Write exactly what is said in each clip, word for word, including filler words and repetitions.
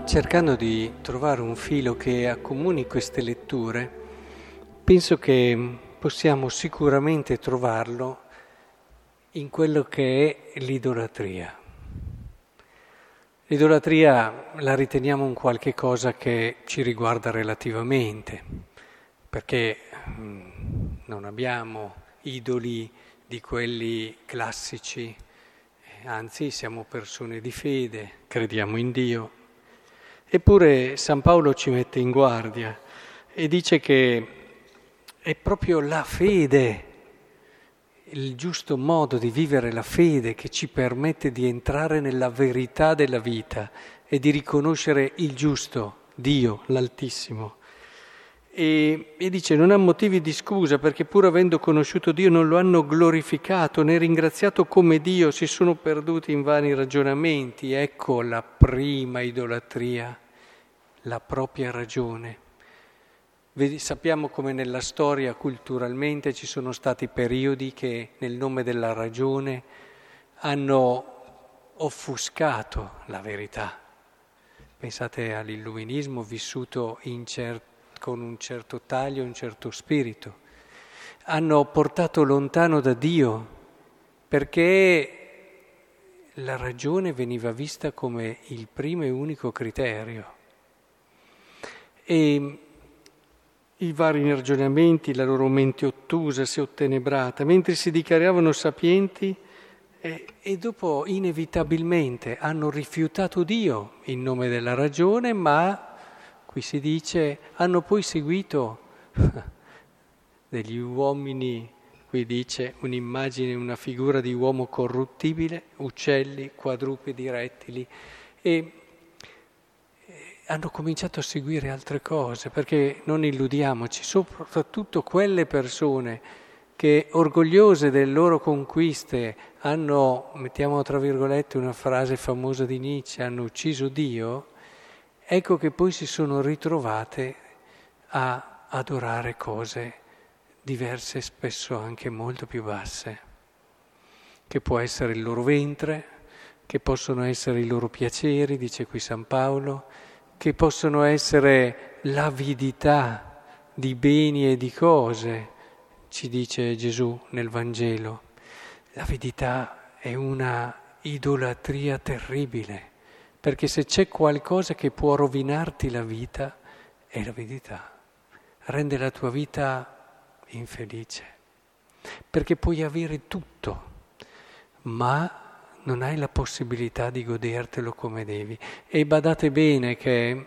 Cercando di trovare un filo che accomuni queste letture, penso che possiamo sicuramente trovarlo in quello che è l'idolatria. L'idolatria la riteniamo un qualche cosa che ci riguarda relativamente, perché non abbiamo idoli di quelli classici, anzi siamo persone di fede, crediamo in Dio. Eppure San Paolo ci mette in guardia e dice che è proprio la fede, il giusto modo di vivere la fede che ci permette di entrare nella verità della vita e di riconoscere il giusto, Dio, l'Altissimo. E, e dice non ha motivi di scusa perché pur avendo conosciuto Dio non lo hanno glorificato né ringraziato come Dio, si sono perduti in vani ragionamenti. Ecco la prima idolatria, la propria ragione. Vedi, sappiamo come nella storia culturalmente ci sono stati periodi che nel nome della ragione hanno offuscato la verità. Pensate all'illuminismo vissuto in certi con un certo taglio, un certo spirito. Hanno portato lontano da Dio perché la ragione veniva vista come il primo e unico criterio. E i vari ragionamenti, la loro mente ottusa si è ottenebrata, mentre si dichiaravano sapienti e, e dopo inevitabilmente hanno rifiutato Dio in nome della ragione, ma qui si dice, hanno poi seguito degli uomini, qui dice un'immagine, una figura di uomo corruttibile, uccelli, quadrupedi, rettili, e hanno cominciato a seguire altre cose, perché non illudiamoci, soprattutto quelle persone che orgogliose delle loro conquiste hanno, mettiamo tra virgolette una frase famosa di Nietzsche, hanno ucciso Dio. Ecco che poi si sono ritrovate a adorare cose diverse, spesso anche molto più basse, che può essere il loro ventre, che possono essere i loro piaceri, dice qui San Paolo, che possono essere l'avidità di beni e di cose, ci dice Gesù nel Vangelo. L'avidità è una idolatria terribile. Perché se c'è qualcosa che può rovinarti la vita, è l'avidità. Rende la tua vita infelice. Perché puoi avere tutto, ma non hai la possibilità di godertelo come devi. E badate bene che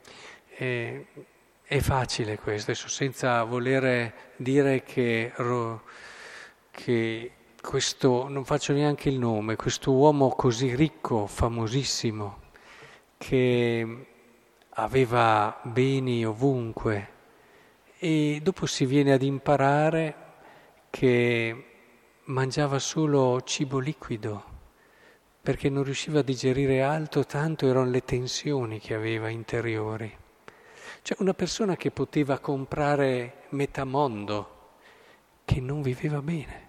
è, è facile questo, adesso senza voler dire che... che questo, non faccio neanche il nome, questo uomo così ricco, famosissimo, che aveva beni ovunque e dopo si viene ad imparare che mangiava solo cibo liquido perché non riusciva a digerire altro, tanto erano le tensioni che aveva interiori. Cioè una persona che poteva comprare metà mondo, che non viveva bene.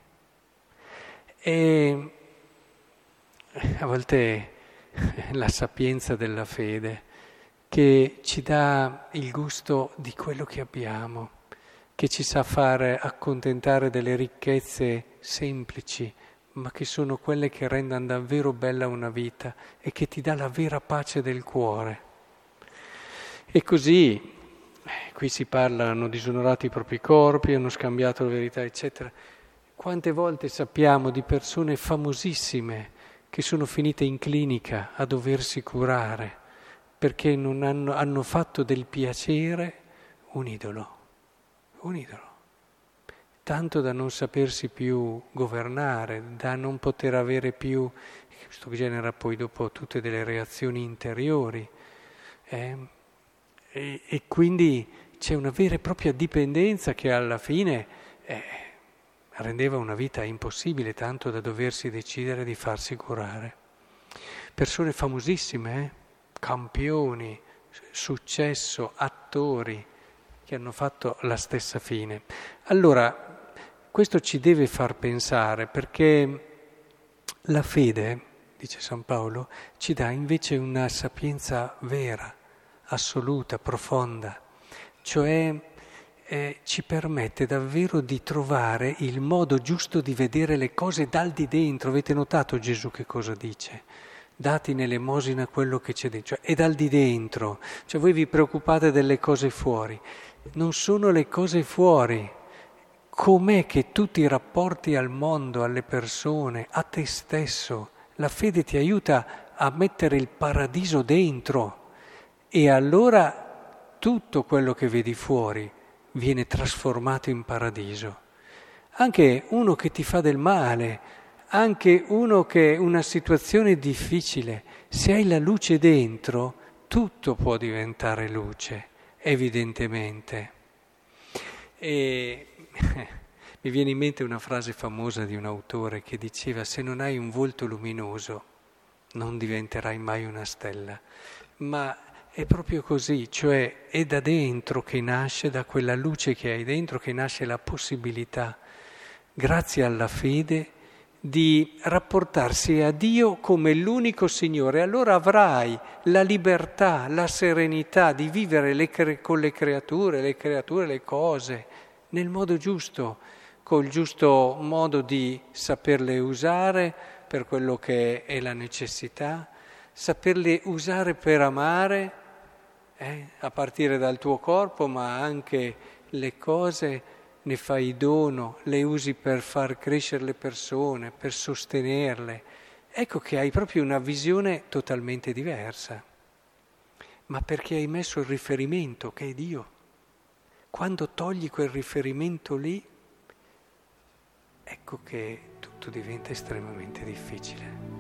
E a volte la sapienza della fede che ci dà il gusto di quello che abbiamo, che ci sa fare accontentare delle ricchezze semplici, ma che sono quelle che rendono davvero bella una vita e che ti dà la vera pace del cuore. E così, qui si parla, hanno disonorato i propri corpi, hanno scambiato la verità, eccetera. Quante volte sappiamo di persone famosissime che sono finite in clinica a doversi curare perché non hanno, hanno fatto del piacere un idolo, un idolo, tanto da non sapersi più governare, da non poter avere più, questo genera poi dopo tutte delle reazioni interiori eh? e, e quindi c'è una vera e propria dipendenza che alla fine eh, rendeva una vita impossibile, tanto da doversi decidere di farsi curare. Persone famosissime, eh? campioni, successo, attori, che hanno fatto la stessa fine. Allora, questo ci deve far pensare, perché la fede dice San Paolo, ci dà invece una sapienza vera, assoluta, profonda, cioè eh, ci permette davvero di trovare il modo giusto di vedere le cose dal di dentro. Avete notato Gesù che cosa dice? Dati in elemosina quello che c'è dentro, cioè è dal di dentro, cioè voi vi preoccupate delle cose fuori, non sono le cose fuori. Com'è che tu ti rapporti al mondo, alle persone, a te stesso? La fede ti aiuta a mettere il paradiso dentro e allora tutto quello che vedi fuori viene trasformato in paradiso. Anche uno che ti fa del male, anche uno che è una situazione difficile, se hai la luce dentro, tutto può diventare luce, evidentemente. E mi viene in mente una frase famosa di un autore che diceva: se non hai un volto luminoso non diventerai mai una stella. Ma è proprio così, cioè è da dentro che nasce, da quella luce che hai dentro, che nasce la possibilità, grazie alla fede, di rapportarsi a Dio come l'unico Signore. Allora avrai la libertà, la serenità di vivere le cre- con le creature, le creature, le cose, nel modo giusto, col giusto modo di saperle usare per quello che è la necessità, saperle usare per amare, eh, a partire dal tuo corpo, ma anche le cose ne fai dono, le usi per far crescere le persone, per sostenerle. Ecco che hai proprio una visione totalmente diversa, ma perché hai messo il riferimento che è Dio. Quando togli quel riferimento lì, ecco che tutto diventa estremamente difficile.